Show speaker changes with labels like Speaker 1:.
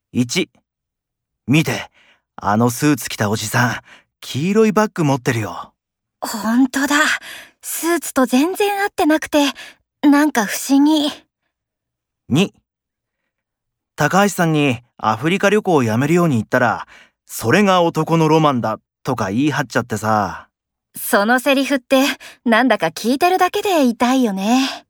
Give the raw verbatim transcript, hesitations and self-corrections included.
Speaker 1: いち、見て、あのスーツ着たおじさん、黄色いバッグ持ってるよ。
Speaker 2: ほんとだ。スーツと全然合ってなくて、なんか不思議。
Speaker 1: に、高橋さんにアフリカ旅行をやめるように言ったら、それが男のロマンだとか言い張っちゃってさ。
Speaker 2: そのセリフって、なんだか聞いてるだけで痛いよね。